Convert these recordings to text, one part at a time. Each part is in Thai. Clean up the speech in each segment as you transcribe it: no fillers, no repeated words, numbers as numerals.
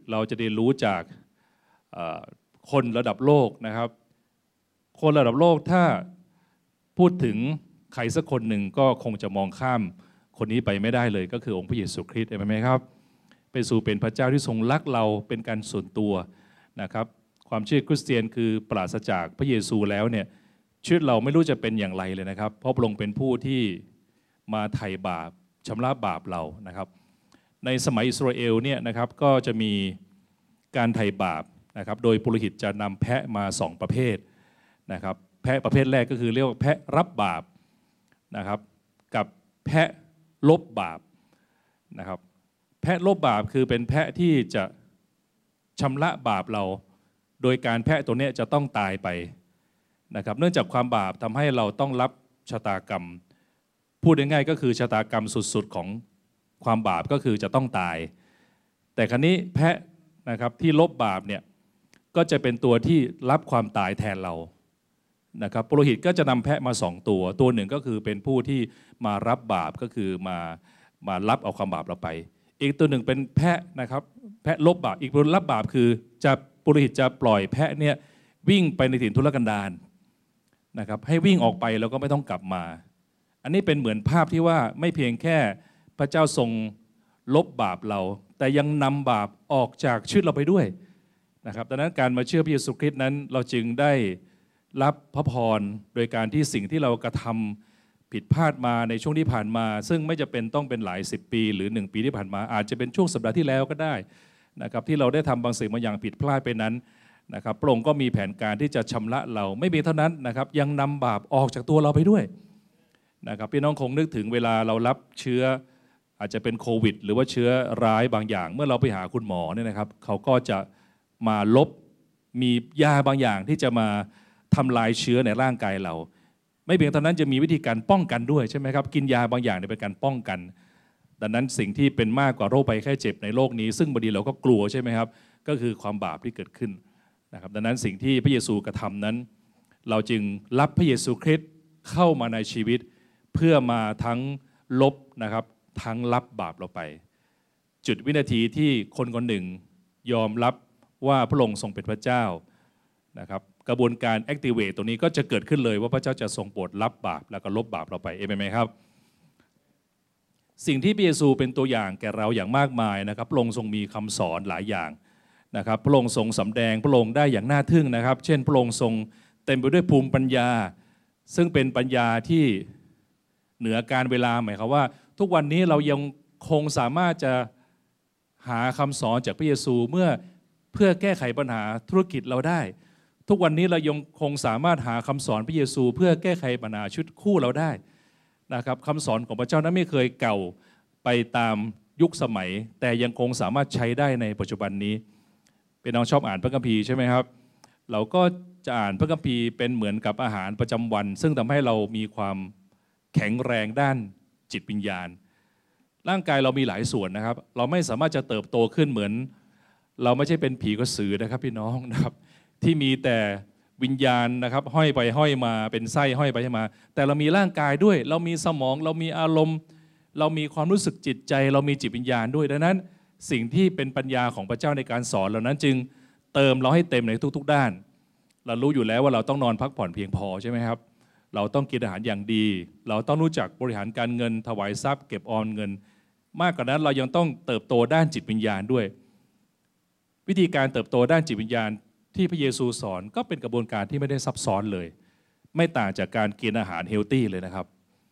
เราจะเรียนรู้จากคนระดับโลกนะครับคนระดับโลกถ้าพูดถึงใครสักคนหนึ่งก็คงจะมองข้ามคนนี้ไปไม่ได้เลยก็คือองค์พระเยซูคริสต์เห็นไหมครับเป็นพระเจ้าที่ทรงรักเราเป็นการส่วนตัวนะครับความเชื่อคริสเตียนคือปราศจากพระเยซูแล้วเนี่ยชีวิตเราไม่รู้จะเป็นอย่างไรเลยนะครับเพราะพระองค์เป็นผู้ที่มาไถ่บาปชำระบาปเรานะครับในสมัยอิสราเอลเนี่ยนะครับก็จะมีการไถ่บาปนะครับโดยปุโรหิตจะนำแพะมา2ประเภทนะครับแพะประเภทแรกก็คือเรียกว่าแพะรับบาปนะครับกับแพะลบบาปนะครับแพะลบบาปคือเป็นแพะที่จะชำระบาปเราโดยการแพะตัวนี้จะต้องตายไปนะครับเนื่องจากความบาปทำให้เราต้องรับชะตากรรมพูดง่ายๆก็คือชะตากรรมสุดๆของความบาปก็คือจะต้องตายแต่ครั้นี้แพะนะครับที่ลบบาปเนี่ยก็จะเป็นตัวที่รับความตายแทนเรานะครับปุโรหิตก็จะนำแพะมา2ตัวหนึ่งก็คือเป็นผู้ที่มารับบาปก็คือมารับเอาความบาปเราไปอีกตัวหนึ่งเป็นแพะนะครับแพะลบบาปอีกตัวรับบาปคือจะปุโรหิตจะปล่อยแพะเนี่ยวิ่งไปในถิ่นทุรกันดารนะครับให้วิ่งออกไปแล้วก็ไม่ต้องกลับมาอันนี้เป็นเหมือนภาพที่ว่าไม่เพียงแค่พระเจ้าทรงลบบาปเราแต่ยังนำบาปออกจากชีวิตเราไปด้วยนะครับดังนั้นการมาเชื่อพระเยซูคริสต์นั้นเราจึงได้รับพระพรโดยการที่สิ่งที่เรากระทำผิดพลาดมาในช่วงที่ผ่านมาซึ่งไม่จะเป็นต้องเป็นหลาย10ปีหรือ1ปีที่ผ่านมาอาจจะเป็นช่วงสัปดาห์ที่แล้วก็ได้นะครับที่เราได้ทำบางสิ่งบางอย่างผิดพลาดไปนั้นนะครับพระองค์ก็มีแผนการที่จะชำระเราไม่เพียงเท่านั้นนะครับยังนำบาปออกจากตัวเราไปด้วยนะครับพี่น้องคงนึกถึงเวลาเรารับเชื้ออาจจะเป็นโควิดหรือว่าเชื้อร้ายบางอย่างเมื่อเราไปหาคุณหมอเนี่ยนะครับเขาก็จะมาลบมียาบางอย่างที่จะมาทำลายเชื้อในร่างกายเราไม่เพียงเท่านั้นจะมีวิธีการป้องกันด้วยใช่ไหมครับกินยาบางอย่างเป็นการป้องกันดังนั้นสิ่งที่เป็นมากกว่าโรคภัยไข้เจ็บในโลกนี้ซึ่งบางทีเราก็กลัวใช่ไหมครับก็คือความบาปที่เกิดขึ้นนะครับดังนั้นสิ่งที่พระเยซูกระทำนั้นเราจึงรับพระเยซูคริสต์เข้ามาในชีวิตเพื่อมาทั้งลบนะครับทั้งรับบาปเราไปจุดวินาทีที่คนคนหนึ่งยอมรับว่าพระองค์ทรงเป็นพระเจ้านะครับกระบวนการ activate ตรงนี้ก็จะเกิดขึ้นเลยว่าพระเจ้าจะทรงโปรดรับบาปแล้วก็ลบบาปเราไปเอเมนไหมครับสิ่งที่พระเยซูเป็นตัวอย่างแก่เราอย่างมากมายนะครับพระองค์ทรงมีคำสอนหลายอย่างนะครับพระองค์ทรงสำแดงพระองค์ได้อย่างน่าทึ่งนะครับเช่นพระองค์ทรงเต็มไปด้วยภูมิปัญญาซึ่งเป็นปัญญาที่เหนือการเวลาหมายความว่าทุกวันนี้เรายังคงสามารถจะหาคำสอนจากพระเยซูเพื่อแก้ไขปัญหาธุรกิจเราได้ทุกวันนี้เรายังคงสามารถหาคำสอนพระเยซูเพื่อแก้ไขปัญหาชีวิตคู่เราได้นะครับคำสอนของพระเจ้านั้นไม่เคยเก่าไปตามยุคสมัยแต่ยังคงสามารถใช้ได้ในปัจจุบันนี้เป็นน้องชอบอ่านพระคัมภีร์ใช่ไหมครับเราก็จะอ่านพระคัมภีร์เป็นเหมือนกับอาหารประจำวันซึ่งทำให้เรามีความแข็งแรงด้านจิตวิญญาณร่างกายเรามีหลายส่วนนะครับเราไม่สามารถจะเติบโตขึ้นเหมือนเราไม่ใช่เป็นผีกระสือนะครับพี่น้องนะครับที่มีแต่วิญญาณนะครับห้อยไปห้อยมาเป็นไส้ห้อยไปห้อยมาแต่เรามีร่างกายด้วยเรามีสมองเรามีอารมณ์เรามีความรู้สึกจิตใจเรามีจิตวิญญาณด้วยดังนั้นสิ่งที่เป็นปัญญาของพระเจ้าในการสอนเหล่านั้นจึงเติมเราให้เต็มในทุกๆด้านเรารู้อยู่แล้วว่าเราต้องนอนพักผ่อนเพียงพอใช่ไหมครับเราต้องกินอาหารอย่างดีเราต้องรู้จักบริหารการเงินถวายทรัพย์เก็บออมเงินมากกว่านั้นเรายังต้องเติบโตด้านจิตวิญญาณด้วยวิธีการเติบโตด้านจิตวิญญาณที่พระเยซูสอนก็เป็นกระบวนการที่ไม่ได้ซับซ้อนเลยไม่ต่างจากการกินอาหารเฮลตี้เลยนะครับ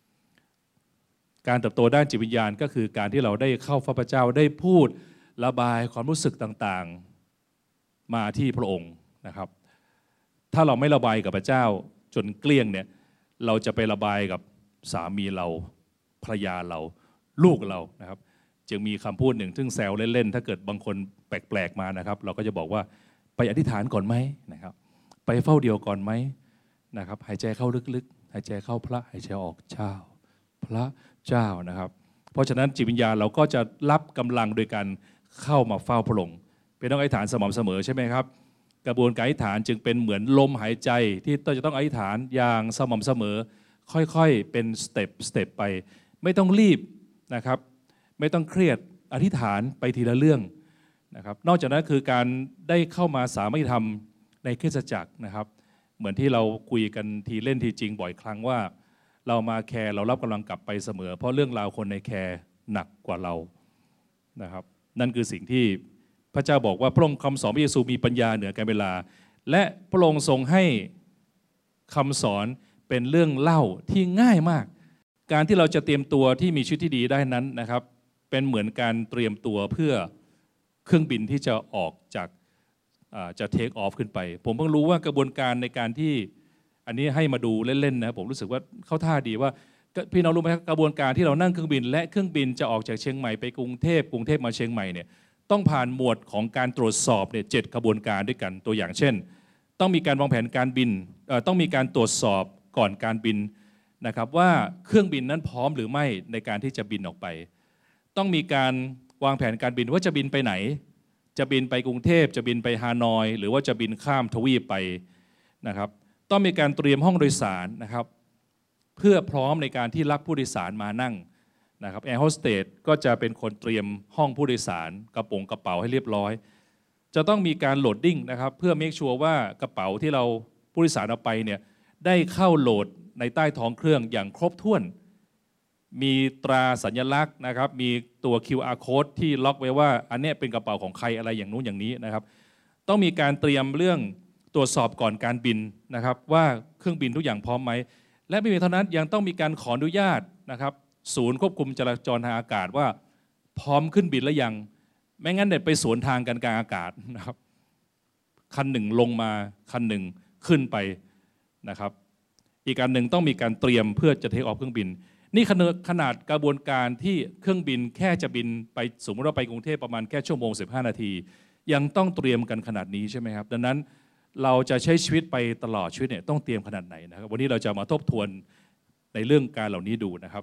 การเติบโตด้านจิตวิญญาณก็คือการที่เราได้เข้าเฝ้าพระเจ้าได้พูดระบายความรู้สึกต่างๆมาที่พระองค์นะครับถ้าเราไม่ระบายกับพระเจ้าจนเกลี้ยงเนี่ยเราจะไประบายกับสามีเราภรรยาเราลูกเรานะครับจึงมีคำพูดหนึ่งซึ่งแซวเล่นๆถ้าเกิดบางคนแปลกๆมานะครับเราก็จะบอกว่าไปอธิษฐานก่อนไหมนะครับไปเฝ้าเดียวก่อนไหมนะครับหายใจเข้าลึกๆหายใจเข้าพระหายใจออกเจ้าพระเจ้านะครับเพราะฉะนั้นจิตวิญญาณเราก็จะรับกำลังโดยการเข้ามาเฝ้าพระองค์เป็นต้องอธิษฐานสม่ำเสมอใช่ไหมครับกระบวนการอธิษฐานจึงเป็นเหมือนลมหายใจที่เราจะต้องอธิษฐานอย่างสม่ำเสมอค่อยๆเป็นสเต็ปไปไม่ต้องรีบนะครับไม่ต้องเครียดอธิษฐานไปทีละเรื่องนะครับนอกจากนั้นคือการได้เข้ามาสามัคคีธรรมในคริสตจักรนะครับเหมือนที่เราคุยกันทีเล่นทีจริงบ่อยครั้งว่าเรามาแคร์เรารับกำลังกลับไปเสมอเพราะเรื่องราวคนในแคร์หนักกว่าเรานะครับนั่นคือสิ่งที่พระเจ้าบอกว่าพระองค์คำสอนพระเยซูมีปัญญาเหนือการเวลาและพระองค์ทรงให้คำสอนเป็นเรื่องเล่าที่ง่ายมากการที่เราจะเตรียมตัวที่มีชีวิตที่ดีได้นั้นนะครับเป็นเหมือนการเตรียมตัวเพื่อเครื่องบินที่จะออกจากจะเทคออฟขึ้นไปผมเพิ่งรู้ว่ากระบวนการในการที่อันนี้ให้มาดูเล่นๆนะผมรู้สึกว่าเข้าท่าดีว่าพี่น้องรู้ไหมครับกระบวนการที่เรานั่งเครื่องบินและเครื่องบินจะออกจากเชียงใหม่ไปกรุงเทพมาเชียงใหม่เนี่ยต้องผ่านหมวดของการตรวจสอบเนี่ย7กระบวนการด้วยกันตัวอย่างเช่นต้องมีการวางแผนการบินต้องมีการตรวจสอบก่อนการบินนะครับว่าเครื่องบินนั้นพร้อมหรือไม่ในการที่จะบินออกไปต้องมีการวางแผนการบินว่าจะบินไปไหนจะบินไปกรุงเทพจะบินไปฮานอยหรือว่าจะบินข้ามทวีปไปนะครับต้องมีการเตรียมห้องโดยสารนะครับเพื่อพร้อมในการที่รับผู้โดยสารมานั่งนะครับแอร์โฮสเตสก็จะเป็นคนเตรียมห้องผู้โดยสารกระเป๋าให้เรียบร้อยจะต้องมีการโหลดดิ้งนะครับเพื่อเมคชัวร์ว่ากระเป๋าที่เราผู้โดยสารเอาไปเนี่ยได้เข้าโหลดในใต้ท้องเครื่องอย่างครบถ้วนมีตราสัญลักษณ์นะครับมีตัว QR code ที่ล็อกไว้ว่าอันนี้เป็นกระเป๋าของใครอะไรอย่างนู้นอย่างนี้นะครับต้องมีการเตรียมเรื่องตรวจสอบก่อนการบินนะครับว่าเครื่องบินทุกอย่างพร้อมไหมและไม่เพียงเท่านั้นยังต้องมีการขออนุญาตนะครับศูนย์ควบคุมจราจรทางอากาศว่าพร้อมขึ้นบินแล้วยังไม่งั้นเนี่ยไปสวนทางกันกลางอากาศนะครับคันหนึ่งลงมาคันหนึ่งขึ้นไปนะครับอีกการหนึ่งต้องมีการเตรียมเพื่อจะเทคออฟเครื่องบินนี่ขนาดกระบวนการที่เครื่องบินแค่จะบินไปสมมติว่าไปกรุงเทพประมาณแค่ชั่วโมง15 นาทียังต้องเตรียมกันขนาดนี้ใช่ไหมครับดังนั้นเราจะใช้ชีวิตไปตลอดชีวิตเนี่ยต้องเตรียมขนาดไหนนะครับวันนี้เราจะมาทบทวนในเรื่องการเหล่านี้ดูนะครับ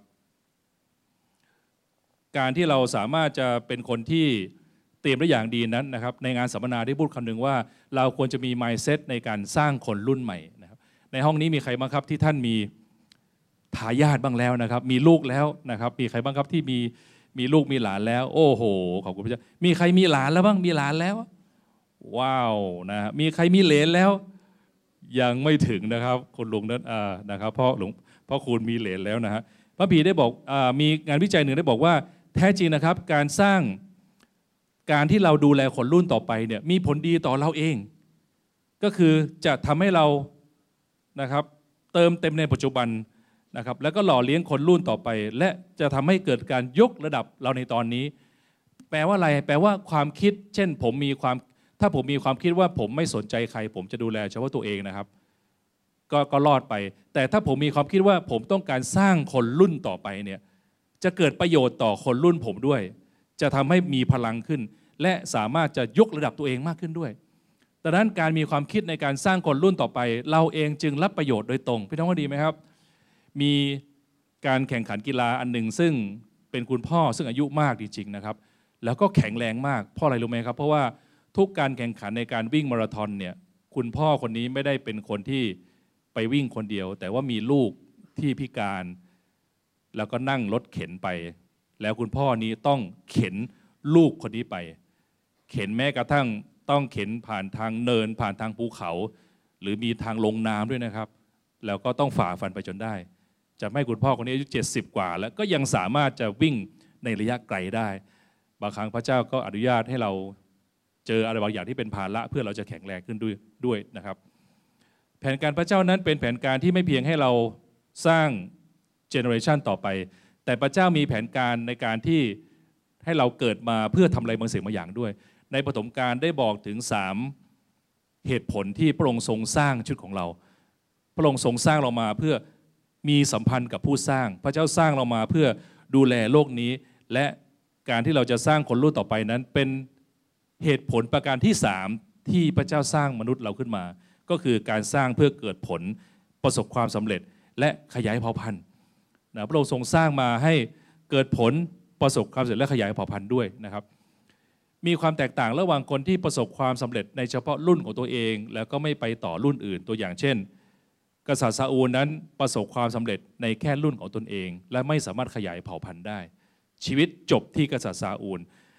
การที่เราสามารถจะเป็นคนที่เตรียมได้อย่างดีนั้นนะครับในงานสัมมนาได้พูดคำหนึ่งว่าเราควรจะมี mindset ในการสร้างคนรุ่นใหม่นะครับในห้องนี้มีใครบ้างครับที่ท่านมีทายาทบ้างแล้วนะครับมีลูกแล้วนะครับมีใครบ้างครับที่มีลูกมีหลานแล้วโอ้โหขอบคุณพระเจ้ามีใครมีหลานแล้วบ้างมีหลานแล้วว้าวนะมีใครมีเหลนแล้วยังไม่ถึงนะครับคุณลุงนั้นนะครับพ่อคุณมีเหลนแล้วนะฮะพระบีได้บอกมีงานวิจัยหนึ่งได้บอกว่าแท้จริงนะครับการสร้างการที่เราดูแลคนรุ่นต่อไปเนี่ยมีผลดีต่อเราเองก็คือจะทำให้เรานะครับเติมเต็มในปัจจุบันนะครับแล้วก็หล่อเลี้ยงคนรุ่นต่อไปและจะทำให้เกิดการยกระดับเราในตอนนี้แปลว่าอะไรแปลว่าความคิดเช่นถ้าผมมีความคิดว่าผมไม่สนใจใครผมจะดูแลเฉพาะตัวเองนะครับก็รอดไปแต่ถ้าผมมีความคิดว่าผมต้องการสร้างคนรุ่นต่อไปเนี่ยจะเกิดประโยชน์ต่อคนรุ่นผมด้วยจะทำให้มีพลังขึ้นและสามารถจะยกระดับตัวเองมากขึ้นด้วยดังนั้นการมีความคิดในการสร้างคนรุ่นต่อไปเราเองจึงรับประโยชน์โดยตรงพี่น้องว่าดีไหมครับมีการแข่งขันกีฬาอันหนึ่งซึ่งเป็นคุณพ่อซึ่งอายุมากจริงๆนะครับแล้วก็แข็งแรงมากเพราะอะไรรู้ไหมครับเพราะว่าทุกการแข่งขันในการวิ่งมาราธอนเนี่ยคุณพ่อคนนี้ไม่ได้เป็นคนที่ไปวิ่งคนเดียวแต่ว่ามีลูกที่พิการแล้วก็นั่งรถเข็นไปแล้วคุณพ่อนี้ต้องเข็นลูกคนนี้ไปเข็นแม้กระทั่งต้องเข็นผ่านทางเนินผ่านทางภูเขาหรือมีทางลงน้ำด้วยนะครับแล้วก็ต้องฝ่าฟันไปจนได้จะไม่คุณพ่อคนนี้อายุ70 กว่าแล้วก็ยังสามารถจะวิ่งในระยะไกลได้บางครั้งพระเจ้าก็อนุญาตให้เราเจออะไรบางอย่างที่เป็นภาระเพื่อเราจะแข็งแรงขึ้นด้วยนะครับแผนการพระเจ้านั้นเป็นแผนการที่ไม่เพียงให้เราสร้างเจเนอเรชันต่อไปแต่พระเจ้ามีแผนการในการที่ให้เราเกิดมาเพื่อทำอะไรบางสิ่งบางอย่างด้วยในปฐมกาลได้บอกถึง3เหตุผลที่พระองค์ทรงสร้างชีวิตของเราพระองค์ทรงสร้างเรามาเพื่อมีสัมพันธ์กับผู้สร้างพระเจ้าสร้างเรามาเพื่อดูแลโลกนี้และการที่เราจะสร้างคนรุ่นต่อไปนั้นเป็นเหตุผลประการที่3ที่พระเจ้าสร้างมนุษย์เราขึ้นมาก็คือการสร้างเพื่อเกิดผลประสบความสำเร็จและขยายเผ่าพันธุ์พระองค์ทรงสร้างมาให้เกิดผลประสบความสำเร็จและขยายเผ่าพันธุ์ด้วยนะครับมีความแตกต่างระหว่างคนที่ประสบความสำเร็จในเฉพาะรุ่นของตัวเองแล้วก็ไม่ไปต่อรุ่นอื่นตัวอย่างเช่นกษัตริย์ซาอูลนั้นประสบความสำเร็จในแค่รุ่นของตนเองและไม่สามารถขยายเผ่าพันธุ์ได้ชีวิตจบที่กษัตริย์ซาอูล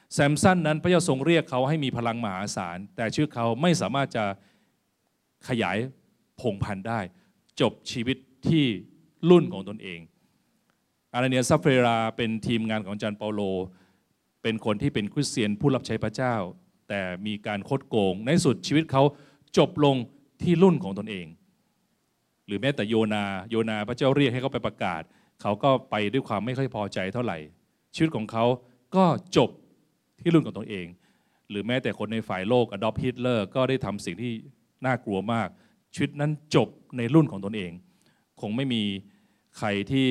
แซมสันนั้นพระเจ้าทรงเรียกเขาให้มีพลังมหาศาลแต่ชีวิตเขาไม่สามารถจะขยายพงพันธุ์ได้จบชีวิตที่รุ่นของตนเองอานาเนียซัฟเฟราเป็นทีมงานของอาจารย์เปาโลเป็นคนที่เป็นคริสเตียนผู้รับใช้พระเจ้าแต่มีการคดโกงในสุดชีวิตเขาจบลงที่รุ่นของตนเองหรือแม้แต่โยนาพระเจ้าเรียกให้เขาไปประกาศเขาก็ไปด้วยความไม่ค่อยพอใจเท่าไหร่ชีวิตของเขาก็จบที่รุ่นของตนเองหรือแม้แต่คนในฝ่ายโลกอดอล์ฟฮิตเลอร์ก็ได้ทำสิ่งที่น่ากลัวมากชีวิตนั้นจบในรุ่นของตนเองคงไม่มีใครที่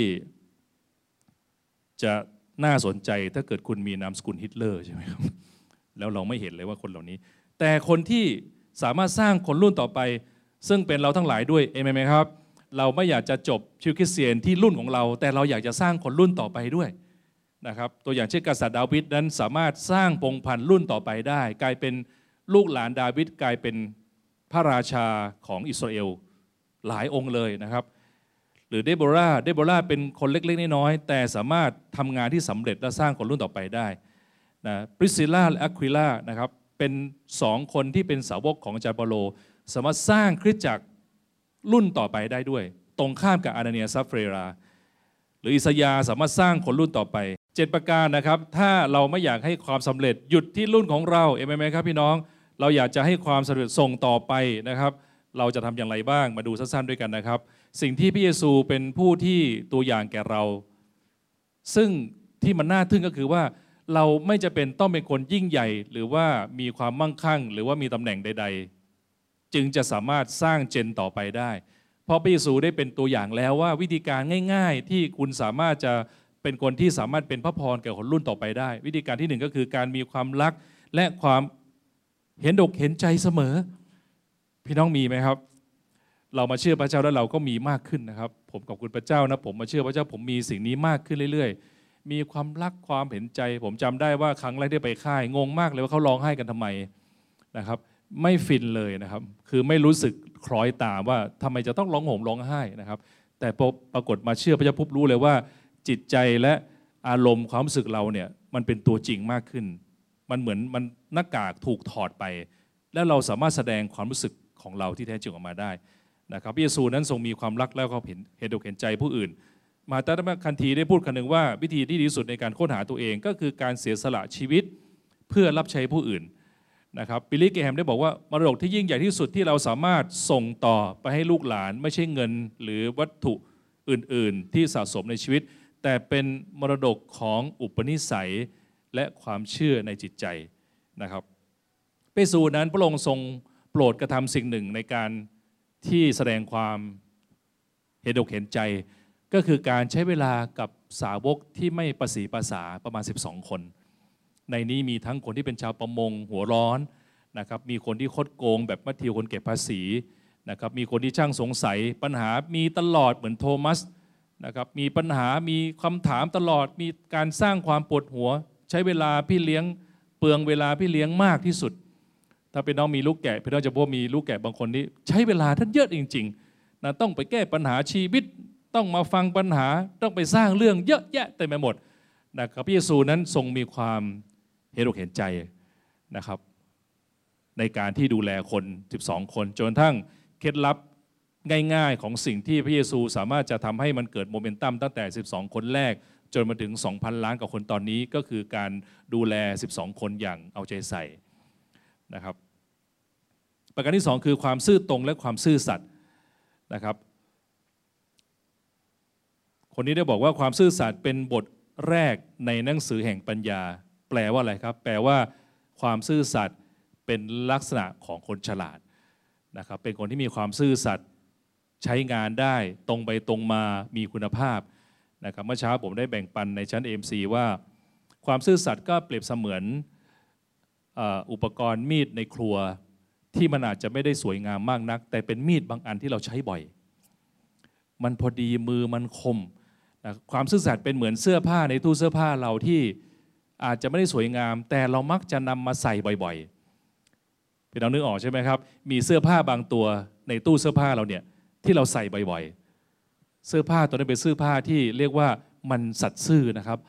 จะน่าสนใจถ้าเกิดคุณมีนามสกุลฮิตเลอร์ใช่ไหมครับแล้วเราไม่เห็นเลยว่าคนเหล่านี้แต่คนที่สามารถสร้างคนรุ่นต่อไปซึ่งเป็นเราทั้งหลายด้วยเอเมนไหมครับเราไม่อยากจะจบชีวิตคริสเตียนที่รุ่นของเราแต่เราอยากจะสร้างคนรุ่นต่อไปด้วยนะครับตัวอย่างเช่นกษัตริย์ดาวิดนั้นสามารถสร้างพงศ์พันธุ์รุ่นต่อไปได้กลายเป็นลูกหลานดาวิดกลายเป็นพระราชาของอิสราเอลหลายองค์เลยนะครับหรือเดโบราเป็นคนเล็กๆน้อยๆแต่สามารถทำงานที่สำเร็จและสร้างคนรุ่นต่อไปได้นะปริสซิลลาและอะควิลานะครับเป็น2คนที่เป็นสาวกของอาจารย์เปาโลสามารถสร้างคริสตจักรรุ่นต่อไปได้ด้วยตรงข้ามกับอานาเนียซัฟเฟราหรืออิสยาห์สามารถสร้างคนรุ่นต่อไป7ประการนะครับถ้าเราไม่อยากให้ความสำเร็จหยุดที่รุ่นของเราเอเมนไหมครับพี่น้องเราอยากจะให้ความสำเร็จส่งต่อไปนะครับเราจะทำอย่างไรบ้างมาดูสั้นๆด้วยกันนะครับสิ่งที่พระเยซูเป็นผู้ที่ตัวอย่างแก่เราซึ่งที่มันน่าทึ่งก็คือว่าเราไม่จะเป็นต้องเป็นคนยิ่งใหญ่หรือว่ามีความมั่งคั่งหรือว่ามีตำแหน่งใดๆจึงจะสามารถสร้างเจนต่อไปได้เพราะพระเยซูได้เป็นตัวอย่างแล้วว่าวิธีการง่ายๆที่คุณสามารถจะเป็นคนที่สามารถเป็นพระพรแก่คนรุ่นต่อไปได้วิธีการที่1ก็คือการมีความรักและความเห็นอกเห็นใจเสมอพี่น้องมีไหมครับเรามาเชื่อพระเจ้าแล้วเราก็มีมากขึ้นนะครับผมขอบคุณพระเจ้านะผมมาเชื่อพระเจ้าผมมีสิ่งนี้มากขึ้นเรื่อยๆมีความรักความเห็นใจผมจำได้ว่าครั้งแรกที่ไปค่ายงงมากเลยว่าเขาร้องไห้กันทำไมนะครับไม่ฟินเลยนะครับคือไม่รู้สึกคล้อยตามว่าทำไมจะต้องร้องห่มร้องไห้นะครับแต่ปรากฏมาเชื่อพระเจ้าปุ๊บรู้เลยว่าจิตใจและอารมณ์ความรู้สึกเราเนี่ยมันเป็นตัวจริงมากขึ้นมันเหมือนมันหน้ากากถูกถอดไปแล้วเราสามารถแสดงความรู้สึกของเราที่แท้จริงออกมาได้นะครับพระเยซูนั้นทรงมีความรักแล้วก็เห็นอกเห็นใจผู้อื่นมาตาคันธีได้พูดคำหนึ่งว่าวิธีที่ดีที่สุดในการค้นหาตัวเองก็คือการเสียสละชีวิตเพื่อรับใช้ผู้อื่นนะครับบิลลี่ เกแฮมได้บอกว่ามรดกที่ยิ่งใหญ่ที่สุดที่เราสามารถส่งต่อไปให้ลูกหลานไม่ใช่เงินหรือวัตถุอื่นๆที่สะสมในชีวิตแต่เป็นมรดกของอุปนิสัยและความเชื่อในจิตใจนะครับพระเยซูนั้นพระองค์ทรงโปรดกระทำสิ่งหนึ่งในการที่แสดงความเห็นอกเห็นใจก็คือการใช้เวลากับสาวกที่ไม่ประสีภาษาประมาณ12คนในนี้มีทั้งคนที่เป็นชาวประมงหัวร้อนนะครับมีคนที่คดโกงแบบมัทธิวคนเก็บภาษีนะครับมีคนที่ช่างสงสัยปัญหามีตลอดเหมือนโทมัสนะครับมีปัญหามีคำถามตลอดมีการสร้างความปวดหัวใช้เวลาพี่เลี้ยงเปลืองเวลาพี่เลี้ยงมากที่สุดถ้าเป็นน้องมีลูกแกะพี่น้องจะพบมีลูกแกะบางคนที่ใช้เวลาท่านเยอะจริงๆนะต้องไปแก้ปัญหาชีวิตต้องมาฟังปัญหาต้องไปสร้างเรื่องเยอะแยะเต็มไปหมดนะครับพระเยซูนั้นทรงมีความเห็นอกเห็นใจนะครับในการที่ดูแลคน12คนจนกระทั่งเคล็ดลับง่ายๆของสิ่งที่พระเยซูสามารถจะทำให้มันเกิดโมเมนตัมตั้งแต่12คนแรกจนมาถึง 2,000 ล้านกับคนตอนนี้ก็คือการดูแล12คนอย่างเอาใจใส่นะครับประการที่2คือความซื่อตรงและความซื่อสัตย์นะครับคนนี้ได้บอกว่าความซื่อสัตย์เป็นบทแรกในหนังสือแห่งปัญญาแปลว่าอะไรครับแปลว่าความซื่อสัตย์เป็นลักษณะของคนฉลาดนะครับเป็นคนที่มีความซื่อสัตย์ใช้งานได้ตรงไปตรงมามีคุณภาพนะครับเมื่อเช้าผมได้แบ่งปันในชั้น AMC ว่าความซื่อสัตย์ก็เปรียบเสมือนอุปกรณ์มีดในครัวที่มันอาจจะไม่ได้สวยงามมากนักแต่เป็นมีดบางอันที่เราใช้บ่อยมันพอดีมือมันคมนะความซื่อสัตย์เป็นเหมือนเสื้อผ้าในตู้เสื้อผ้าเราที่อาจจะไม่ได้สวยงามแต่เรามักจะนำมาใส่บ่อยๆพี่น้องนึกออกใช่ไหมครับมีเสื้อผ้าบางตัวในตู้เสื้อผ้าเราเนี่ยที่เราใส่บ่อยๆเสื้อผ้าตัวนั้นเป็นเสื้อผ้าที่เรียกว่ามันสัตย์ซื่อนะครับ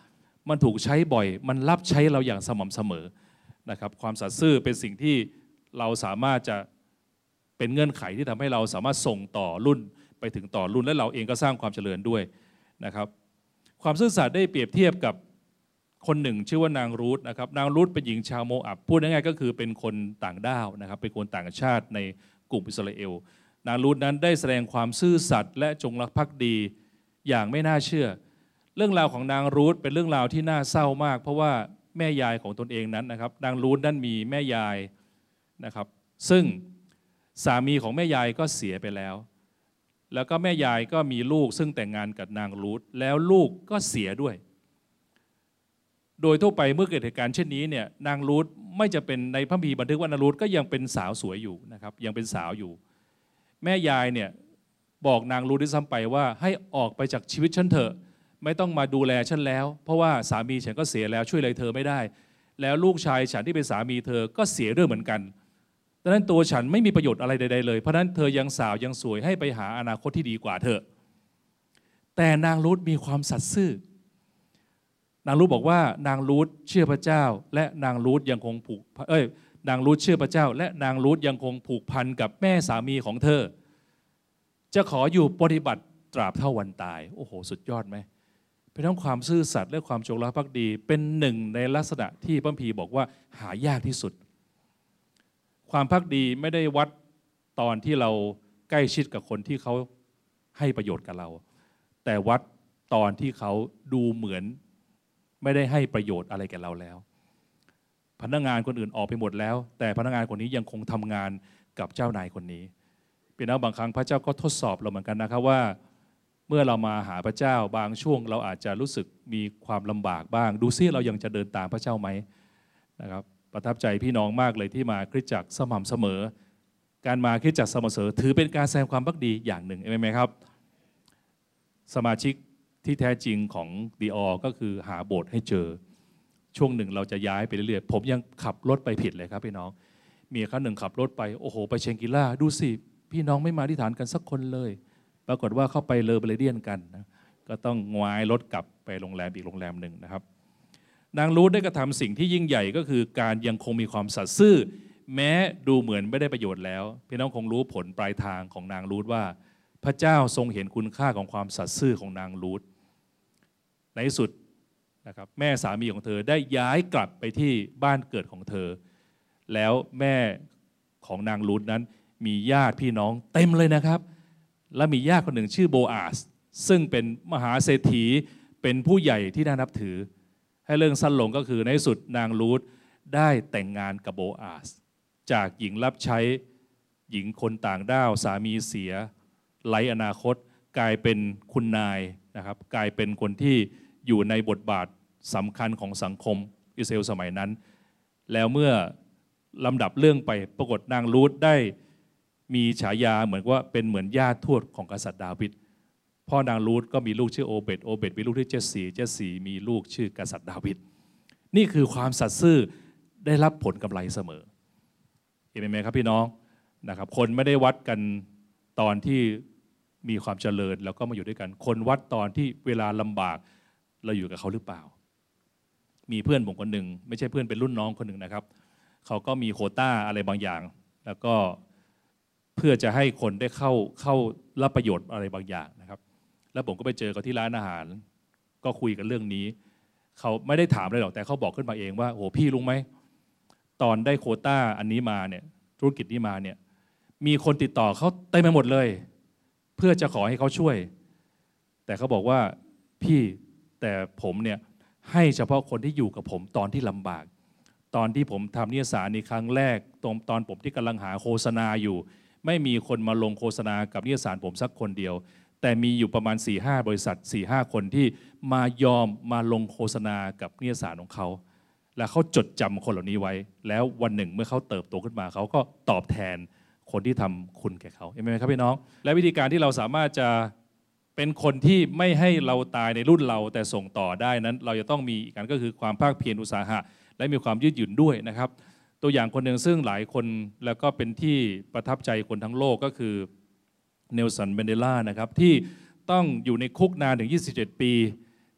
มันถูกใช้บ่อยมันรับใช้เราอย่างสม่ำเสมอนะครับความสัตย์ซื่อเป็นสิ่งที่เราสามารถจะเป็นเงื่อนไขที่ทำให้เราสามารถส่งต่อรุ่นไปถึงต่อรุ่นและเราเองก็สร้างความเจริญด้วยนะครับความซื่อสัตย์ได้เปรียบเทียบกับคนหนึ่งชื่อว่านางรูธนะครับนางรูธเป็นหญิงชาวโมอับพูดง่ายๆก็คือเป็นคนต่างด้าวนะครับเป็นคนต่างชาติในกลุ่มอิสราเอลนางรูธนั้นได้แสดงความซื่อสัตย์และจงรักภักดีอย่างไม่น่าเชื่อเรื่องราวของนางรูธเป็นเรื่องราวที่น่าเศร้ามากเพราะว่าแม่ยายของตนเองนั้นนะครับนางรูธนั้นมีแม่ยายนะครับซึ่งสามีของแม่ยายก็เสียไปแล้วแล้วก็แม่ยายก็มีลูกซึ่งแต่งงานกับนางรูธแล้วลูกก็เสียด้วยโดยทั่วไปเมื่อเกิดเหตุการณ์เช่นนี้เนี่ยนางรูธไม่จะเป็นในพระคัมภีร์บันทึกว่านางรูธก็ยังเป็นสาวสวยอยู่นะครับยังเป็นสาวอยู่แม่ยายเนี่ยบอกนางรูธด้วยซ้ำไปว่าให้ออกไปจากชีวิตฉันเถอะไม่ต้องมาดูแลฉันแล้วเพราะว่าสามีฉันก็เสียแล้วช่วยอะไรเธอไม่ได้แล้วลูกชายฉันที่เป็นสามีเธอก็เสียด้วยเหมือนกันดังนั้นตัวฉันไม่มีประโยชน์อะไรใดๆเลยเพราะนั้นเธอยังสาวยังสวยให้ไปหาอนาคตที่ดีกว่าเถอะแต่นางรูธมีความสัตย์ซื่อนางรูธบอกว่านางรูธเชื่อพระเจ้าและนางรูธยังคงนางรูธเชื่อพระเจ้าและนางรูธยังคงผูกพันกับแม่สามีของเธอจะขออยู่ปฏิบัติตราบเท่าวันตายโอ้โหสุดยอดไหมเป็นทั้งความซื่อสัตย์และความจงรักภักดีเป็นหนึ่งในลักษณะที่พระคัมภีร์บอกว่าหายากที่สุดความภักดีไม่ได้วัดตอนที่เราใกล้ชิดกับคนที่เขาให้ประโยชน์กับเราแต่วัดตอนที่เขาดูเหมือนไม่ได้ให้ประโยชน์อะไรแก่เราแล้วพนักงานคนอื่นออกไปหมดแล้วแต่พนักงานคนนี้ยังคงทำงานกับเจ้านายคนนี้เป็นแล้วบางครั้งพระเจ้าก็ทดสอบเราเหมือนกันนะครับว่าเมื่อเรามาหาพระเจ้าบางช่วงเราอาจจะรู้สึกมีความลำบากบ้างดูซิเรายังจะเดินตามพระเจ้าไหมนะครับประทับใจพี่น้องมากเลยที่มาคริสตจักรสม่ำเสมอการมาคริสตจักรสม่ำเสมอถือเป็นการแสดงความภักดีอย่างหนึ่งใช่ไหมครับสมาชิกที่แท้จริงของดีออก็คือหาโบสถ์ให้เจอช่วงหนึ่งเราจะย้ายไปเรื่อยๆผมยังขับรถไปผิดเลยครับพี่น้องมีครั้งหนึ่งขับรถไปโอ้โหไปเชงกิล่าดูสิพี่น้องไม่มาที่ฐานกันสักคนเลยปรากฏว่าเข้าไปเลอเบรเดียนกันนะก็ต้องงวายรถกลับไปโรงแรมอีกโรงแรมหนึ่งนะครับนางรูธได้กระทำสิ่งที่ยิ่งใหญ่ก็คือการยังคงมีความสัตย์ซื่อแม้ดูเหมือนไม่ได้ประโยชน์แล้วพี่น้องคงรู้ผลปลายทางของนางรูธว่าพระเจ้าทรงเห็นคุณค่าของความสัตย์ซื่อของนางรูธในที่สุดนะครับแม่สามีของเธอได้ย้ายกลับไปที่บ้านเกิดของเธอแล้วแม่ของนางรูธนั้นมีญาติพี่น้องเต็มเลยนะครับและมีญาติคนหนึ่งชื่อโบอาสซึ่งเป็นมหาเศรษฐีเป็นผู้ใหญ่ที่น่านับถือให้เรื่องสั้นลงก็คือในที่สุดนางรูธได้แต่งงานกับโบอาสจากหญิงรับใช้หญิงคนต่างด้าวสามีเสียไร้อนาคตกลายเป็นคุณนายนะครับกลายเป็นคนที่อยู่ในบทบาทสำคัญของสังคมอิสราเอลสมัยนั้นแล้วเมื่อลำดับเรื่องไปปรากฏนางรูธได้มีฉายาเหมือนว่าเป็นเหมือนญาติทวดของกษัตริย์ดาวิดพ่อนางรูธก็มีลูกชื่อโอเบตโอเบตมีลูกที่เจสซีมีลูกชื่อกษัตริย์ดาวิดนี่คือความสัตย์ซื่อได้รับผลกำไรเสมอเห็นไหมครับพี่น้องนะครับคนไม่ได้วัดกันตอนที่มีความเจริญแล้วก็มาอยู่ด้วยกันคนวัดตอนที่เวลาลำบากเราอยู่กับเขาหรือเปล่ามีเพื่อนผมคนหนึ่งไม่ใช่เพื่อนเป็นรุ่นน้องคนหนึ่งนะครับเขาก็มีโควต้าอะไรบางอย่างแล้วก็เพื่อจะให้คนได้เข้ารับประโยชน์อะไรบางอย่างนะครับแล้วผมก็ไปเจอเขาที่ร้านอาหารก็คุยกันเรื่องนี้เขาไม่ได้ถามเลยหรอกแต่เขาบอกขึ้นมาเองว่าโอ้พี่รู้ไหมตอนได้โควต้าอันนี้มาเนี่ยธุรกิจนี้มาเนี่ยมีคนติดต่อเขาเต็มไปหมดเลยเพื่อจะขอให้เขาช่วยแต่เขาบอกว่าพี่แต่ผมเนี่ยให้เฉพาะคนที่อยู่กับผมตอนที่ลำบากตอนที่ผมทำนิตยสารในครั้งแรกตอนผมที่กำลังหาโฆษณาอยู่ไม่มีคนมาลงโฆษณากับนิตยสารผมสักคนเดียวแต่มีอยู่ประมาณ 4-5 บริษัท 4-5 คนที่มาลงโฆษณากับนิตยสารของเขาและเขาจดจำคนเหล่านี้ไว้แล้ววันหนึ่งเมื่อเขาเติบโตขึ้นมาเขาก็ตอบแทนคนที่ทำคุณแก่เขาเห็นไหมครับพี่น้องและวิธีการที่เราสามารถจะเป็นคนที่ไม่ให้เราตายในรุ่นเราแต่ส่งต่อได้นั้นเราจะต้องมีอีกการก็คือความภาคเพียรอุตสาหะและมีความยืดหยุ่นด้วยนะครับตัวอย่างคนหนึ่งซึ่งหลายคนแล้วก็เป็นที่ประทับใจคนทั้งโลกก็คือเนลสัน แมนเดลานะครับที่ต้องอยู่ในคุกนานถึง27 ปี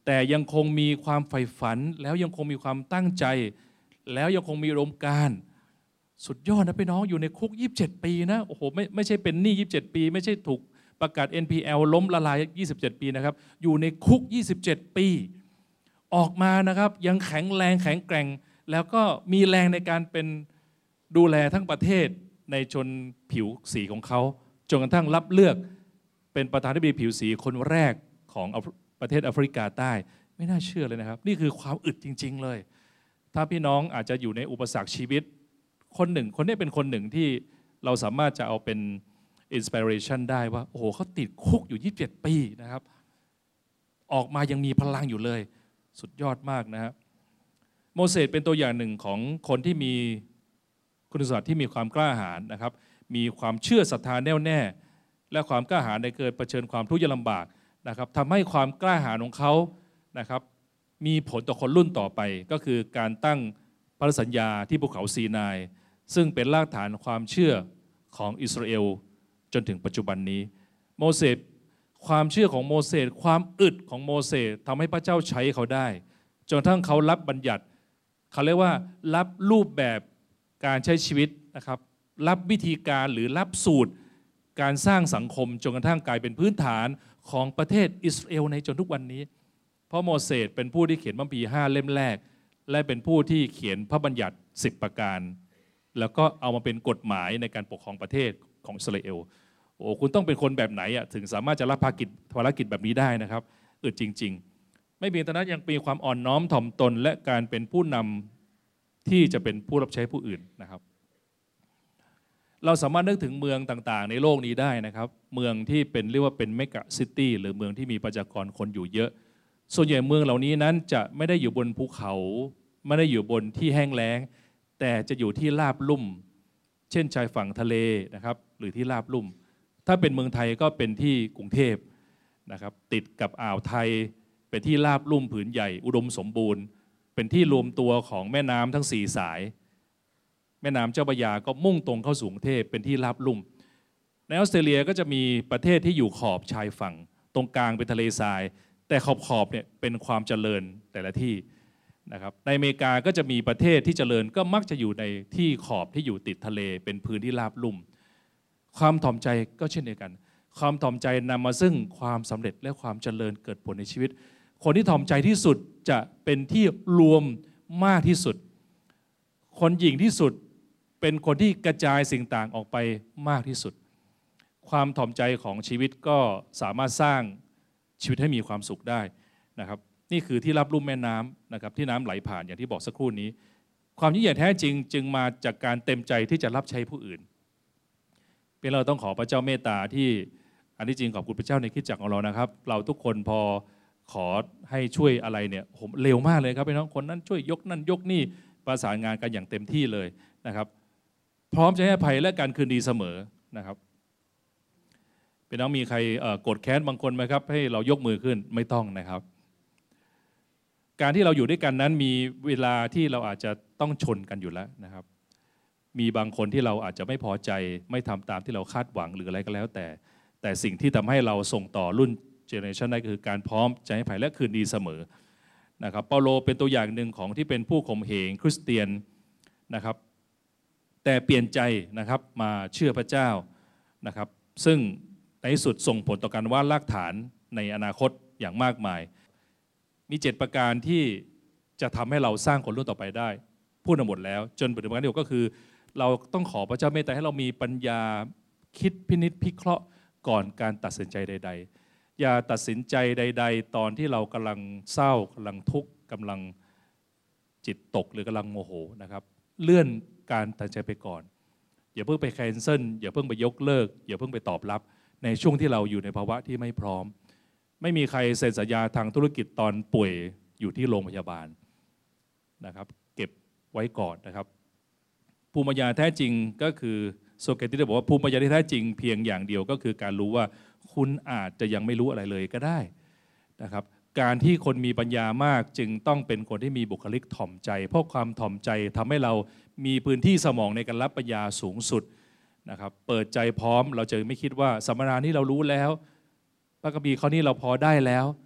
แต่ยังคงมีความใฝ่ฝันแล้วยังคงมีความตั้งใจแล้วยังคงมีอุดมการณ์สุดยอดนะพี่น้องอยู่ในคุก27 ปีนะโอ้โหไม่ใช่เป็นหนี้27 ปีไม่ใช่ถูกประกาศ NPL ล้มละลาย27 ปีนะครับอยู่ในคุก27 ปีออกมานะครับยังแข็งแรงแข็งแกร่งแล้วก็มีแรงในการเป็นดูแลทั้งประเทศในชนผิวสีของเขาจนกระทั่งรับเลือกเป็นประธานาธิบดีผิวสีคนแรกของประเทศแอฟริกาใต้ไม่น่าเชื่อเลยนะครับนี่คือความอึดจริงๆเลยถ้าพี่น้องอาจจะอยู่ในอุปสรรคชีวิตคนนี้เป็นคนหนึ่งที่เราสามารถจะเอาเป็นอินสปิเรชันได้ว่าโอ้โหเขาติดคุกอยู่27 ปีนะครับออกมายังมีพลังอยู่เลยสุดยอดมากนะครับโมเสสเป็นตัวอย่างหนึ่งของคนที่มีคุณสมบัติที่มีความกล้าหาญนะครับมีความเชื่อศรัทธาแน่วแน่และความกล้าหาญในเกิดเผชิญความทุกข์ยากลำบากนะครับทำให้ความกล้าหาญของเขานะครับมีผลต่อคนรุ่นต่อไปก็คือการตั้งพันธสัญญาที่ภูเขาซีนายซึ่งเป็นรากฐานความเชื่อของอิสราเอลจนถึงปัจจุบันนี้โมเสสความเชื่อของโมเสสความอึดของโมเสสทำให้พระเจ้าใช้เขาได้จนกระทั่งเขารับบัญญัติเขาเรียกว่ารับรูปแบบการใช้ชีวิตนะครับรับวิธีการหรือรับสูตรการสร้างสังคมจนกระทั่งกลายเป็นพื้นฐานของประเทศอิสราเอลในจนทุกวันนี้เพราะโมเสสเป็นผู้ที่เขียนพระคัมภีร์5 เล่มแรกและเป็นผู้ที่เขียนพระบัญญัติ10 ประการแล้วก็เอามาเป็นกฎหมายในการปกครองประเทศของอิสราเอลโอ้คุณต้องเป็นคนแบบไหนถึงสามารถจะรับภารกิจแบบนี้ได้นะครับอึดจริงๆไม่เพียงแต่นั้นยังมีความอ่อนน้อมถ่อมตนและการเป็นผู้นำที่จะเป็นผู้รับใช้ผู้อื่นนะครับเราสามารถนึกถึงเมืองต่างๆในโลกนี้ได้นะครับเมืองที่เป็นเรียกว่าเป็นเมกะซิตี้หรือเมืองที่มีประชากรคนอยู่เยอะส่วนใหญ่เมืองเหล่านี้นั้นจะไม่ได้อยู่บนภูเขาไม่ได้อยู่บนที่แห้งแล้งแต่จะอยู่ที่ราบลุ่มเช่นชายฝั่งทะเลนะครับหรือที่ราบลุ่มถ้าเป็นเมืองไทยก็เป็นที่กรุงเทพนะครับติดกับอ่าวไทยเป็นที่ราบลุ่มผืนใหญ่อุดมสมบูรณ์เป็นที่รวมตัวของแม่น้ำทั้ง4 สายแม่น้ำเจ้าพระยาก็มุ่งตรงเข้าสู่กรุงเทพเป็นที่ราบลุ่มในออสเตรเลียก็จะมีประเทศที่อยู่ขอบชายฝั่งตรงกลางเป็นทะเลทรายแต่ขอบเนี่ยเป็นความเจริญแต่ละที่นะครับในอเมริกาก็จะมีประเทศที่เจริญก็มักจะอยู่ในที่ขอบที่อยู่ติดทะเลเป็นพื้นที่ราบลุ่มความถ่อมใจก็เช่นเดียวกันความถ่อมใจนำมาซึ่งความสำเร็จและความเจริญเกิดผลในชีวิตคนที่ถ่อมใจที่สุดจะเป็นที่รวมมากที่สุดคนหยิ่งที่สุดเป็นคนที่กระจายสิ่งต่างออกไปมากที่สุดความถ่อมใจของชีวิตก็สามารถสร้างชีวิตให้มีความสุขได้นะครับนี่คือที่รับลุ่มแม่น้ำนะครับที่น้ำไหลผ่านอย่างที่บอกสักครู่นี้ความยิ่งใหญ่แท้จริงจึงมาจากการเต็มใจที่จะรับใช้ผู้อื่นเป็นเราต้องขอพระเจ้าเมตตาที่อันที่จริงขอบคุณพระเจ้าในคริสตจักรของเรานะครับเราทุกคนพอขอให้ช่วยอะไรเนี่ยผมเร็วมากเลยครับพี่น้องคนนั้นช่วยยกนั่นยกนี่ประสานงานกันอย่างเต็มที่เลยนะครับพร้อมจะให้อภัยและการคืนดีเสมอนะครับเป็นน้องมีใครโกรธแค้นบางคนไหมครับให้เรายกมือขึ้นไม่ต้องนะครับการที่เราอยู่ด้วยกันนั้นมีเวลาที่เราอาจจะต้องชนกันอยู่แล้วนะครับมีบางคนที่เราอาจจะไม่พอใจไม่ทำตามที่เราคาดหวังหรืออะไรก็แล้วแต่สิ่งที่ทำให้เราส่งต่อรุ่นเจเนอเรชันได้คือการพร้อมจะให้อภัยและคืนดีเสมอนะครับเปาโลเป็นตัวอย่างหนึ่งของที่เป็นผู้ข่มเหงคริสเตียนนะครับแต่เปลี่ยนใจนะครับมาเชื่อพระเจ้านะครับซึ่งในที่สุดส่งผลต่อการวาดรากฐานในอนาคตอย่างมากมายมี7 ประการที่จะทำให้เราสร้างคนรุ่นต่อไปได้พูดมาหมดแล้วจนปัจจุบันนี้ก็คือเราต้องขอพระเจ้าเมตตาให้เรามีปัญญาคิดพินิจพิเคราะห์ก่อนการตัดสินใจใดๆอย่าตัดสินใจใดๆตอนที่เรากำลังเศร้ากำลังทุกข์กำลังจิตตกหรือกำลังโมโหนะครับเลื่อนการตัดสินใจไปก่อนอย่าเพิ่งไปแคนเซิลอย่าเพิ่งไปยกเลิกอย่าเพิ่งไปตอบรับในช่วงที่เราอยู่ในภาวะที่ไม่พร้อมไม่มีใครเซ็นสัญญาทางธุรกิจตอนป่วยอยู่ที่โรงพยาบาลนะครับเก็บไว้ก่อนนะครับภูมิปัญญาแท้จริงก็คือโซเครติสได้บอกว่าภูมิปัญญาที่แท้จริงเพียงอย่างเดียวก็คือการรู้ว่าคุณอาจจะยังไม่รู้อะไรเลยก็ได้นะครับการที่คนมีปัญญามากจึงต้องเป็นคนที่มีบุคลิกถ่อมใจเพราะความถ่อมใจทำให้เรามีพื้นที่สมองในการรับปัญญาสูงสุดนะครับเปิดใจพร้อมเราจะไม่คิดว่าสัมมารานี้เรารู้แล้วพระคัมภีร์ข้อนี้เราพอได้แล้ว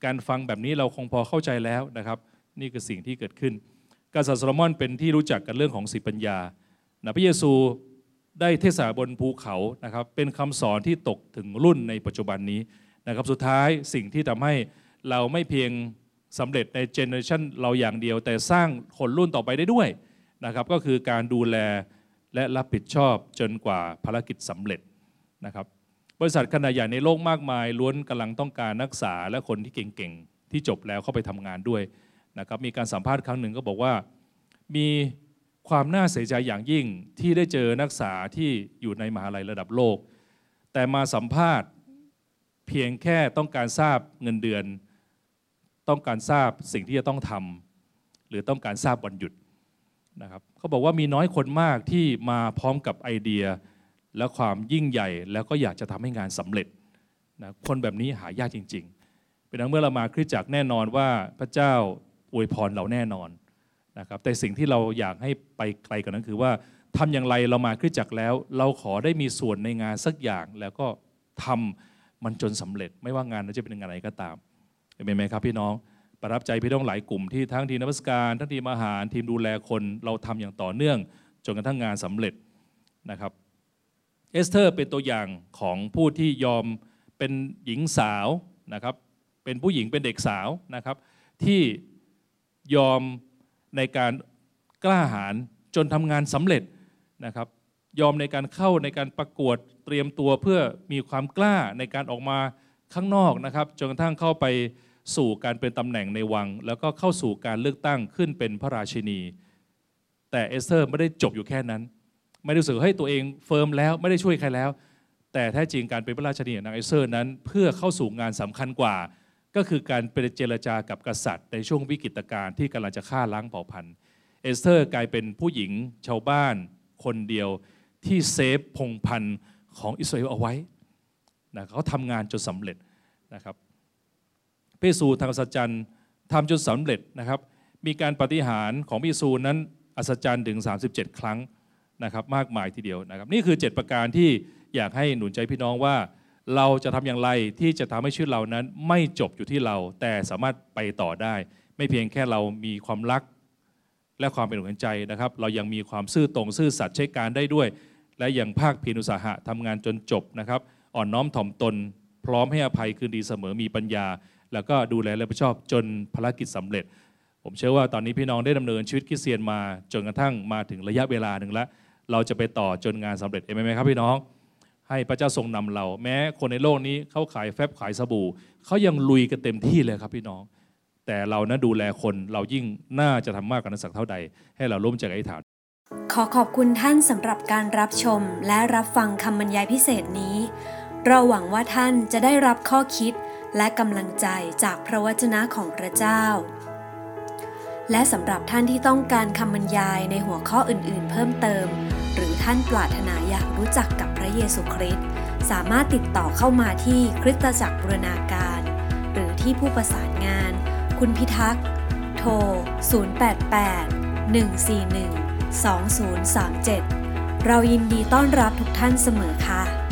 การฟังแบบนี้เราคงพอเข้าใจแล้วนะครับนี่คือสิ่งที่เกิดขึ้นกษัตริย์โซโลมอนเป็นที่รู้จักกันเรื่องของสติปัญญาพระเยซูได้เทศนาบนภูเขานะครับเป็นคำสอนที่ตกถึงรุ่นในปัจจุบันนี้นะครับสุดท้ายสิ่งที่ทำให้เราไม่เพียงสำเร็จในเจเนอเรชันเราอย่างเดียวแต่สร้างคนรุ่นต่อไปได้ด้วยนะครับก็คือการดูแลและรับผิดชอบจนกว่าภารกิจสำเร็จนะครับบริษัทขนาดใหญ่ในโลกมากมายล้วนกำลังต้องการนักศึกษาและคนที่เก่งๆที่จบแล้วเข้าไปทำงานด้วยนะครับมีการสัมภาษณ์ครั้งหนึ่งก็บอกว่ามีความน่าเสียใจอย่างยิ่งที่ได้เจอนักศึกษาที่อยู่ในมหาลัยระดับโลกแต่มาสัมภาษณ์เพียงแค่ต้องการทราบเงินเดือนต้องการทราบสิ่งที่จะต้องทำหรือต้องการทราบวันหยุดนะครับเขาบอกว่ามีน้อยคนมากที่มาพร้อมกับไอเดียและความยิ่งใหญ่แล้วก็อยากจะทำให้งานสำเร็จนะคนแบบนี้หายากจริงๆเป็นเมื่อเรามาคริสตจักรแน่นอนว่าพระเจ้าอวยพรเราแน่นอนนะครับแต่สิ่งที่เราอยากให้ไปไกลกว่านั้นคือว่าทำอย่างไรเรามาคริสตจักรแล้วเราขอได้มีส่วนในงานสักอย่างแล้วก็ทำมันจนสำเร็จไม่ว่างานนั้นจะเป็นงานอะไรก็ตามเป็นไหมครับพี่น้องประทับใจพี่น้องหลายกลุ่มที่ทั้งทีมนมัสการทั้งทีมอาหารทีมดูแลคนเราทำอย่างต่อเนื่องจนกระทั่งงานสำเร็จนะครับเอสเธอร์เป็นตัวอย่างของผู้ที่ยอมเป็นหญิงสาวนะครับเป็นผู้หญิงเป็นเด็กสาวนะครับที่ยอมในการกล้าหาญจนทำงานสำเร็จนะครับยอมในการเข้าในการประกวดเตรียมตัวเพื่อมีความกล้าในการออกมาข้างนอกนะครับจนกระทั่งเข้าไปสู่การเป็นตำแหน่งในวังแล้วก็เข้าสู่การเลือกตั้งขึ้นเป็นพระราชินีแต่เอสเธอร์ไม่ได้จบอยู่แค่นั้นไม่ได้รู้สึกให้ตัวเองเฟิร์มแล้วไม่ได้ช่วยใครแล้วแต่แท้จริงการเป็นพระราชินีของนางเอสเธอร์นั้นเพื่อเข้าสู่งานสำคัญกว่าก็คือการไปเจรจากับกษัตริย์ในช่วงวิกฤตการณ์ที่กำลังจะฆ่าล้างเผ่าพันธุ์เอสเธอร์กลายเป็นผู้หญิงชาวบ้านคนเดียวที่เซฟพงศ์พันธุ์ของอิสราเอลเอาไว้นะเขาทำงานจนสำเร็จนะครับพระเยซูทำอัศจรรย์ทำจนสำเร็จนะครับมีการปาฏิหาริย์ของพระเยซูนั้นอัศจรรย์ถึง37ครั้งนะครับมากมายทีเดียวนะครับนี่คือ7ประการที่อยากให้หนุนใจพี่น้องว่าเราจะทำอย่างไรที่จะทำให้ชีวิตเรานั้นไม่จบอยู่ที่เราแต่สามารถไปต่อได้ไม่เพียงแค่เรามีความรักและความเป็นหัวใจนะครับเรายังมีความซื่อตรงซื่อสัตย์ใช้การได้ด้วยและยังภาคเพียรอุตสาหะทำงานจนจบนะครับอ่อนน้อมถ่อมตนพร้อมให้อภัยคืนดีเสมอมีปัญญาแล้วก็ดูแลและรับผิดชอบจนภารกิจสำเร็จผมเชื่อว่าตอนนี้พี่น้องได้ดำเนินชีวิตคริสเตียนมาจนกระทั่งมาถึงระยะเวลาหนึ่งแล้วเราจะไปต่อจนงานสำเร็จเห็นไหมครับพี่น้องให้พระเจ้าทรงนำเราแม้คนในโลกนี้เขาขายแฟบขายสบู่เขายังลุยกันเต็มที่เลยครับพี่น้องแต่เรานะดูแลคนเรายิ่งน่าจะทำมากกว่านั้นสักเท่าใดให้เราร่วมใจอธิษฐานขอขอบคุณท่านสำหรับการรับชมและรับฟังคำบรรยายพิเศษนี้เราหวังว่าท่านจะได้รับข้อคิดและกำลังใจจากพระวจนะของพระเจ้าและสำหรับท่านที่ต้องการคำบรรยายในหัวข้ออื่นๆเพิ่มเติมหรือท่านปรารถนาอยากรู้จักกับพระเยซูคริสต์สามารถติดต่อเข้ามาที่คริสตจักรบูรณาการหรือที่ผู้ประสานงานคุณพิทักษ์โทร088 141 2037เรายินดีต้อนรับทุกท่านเสมอค่ะ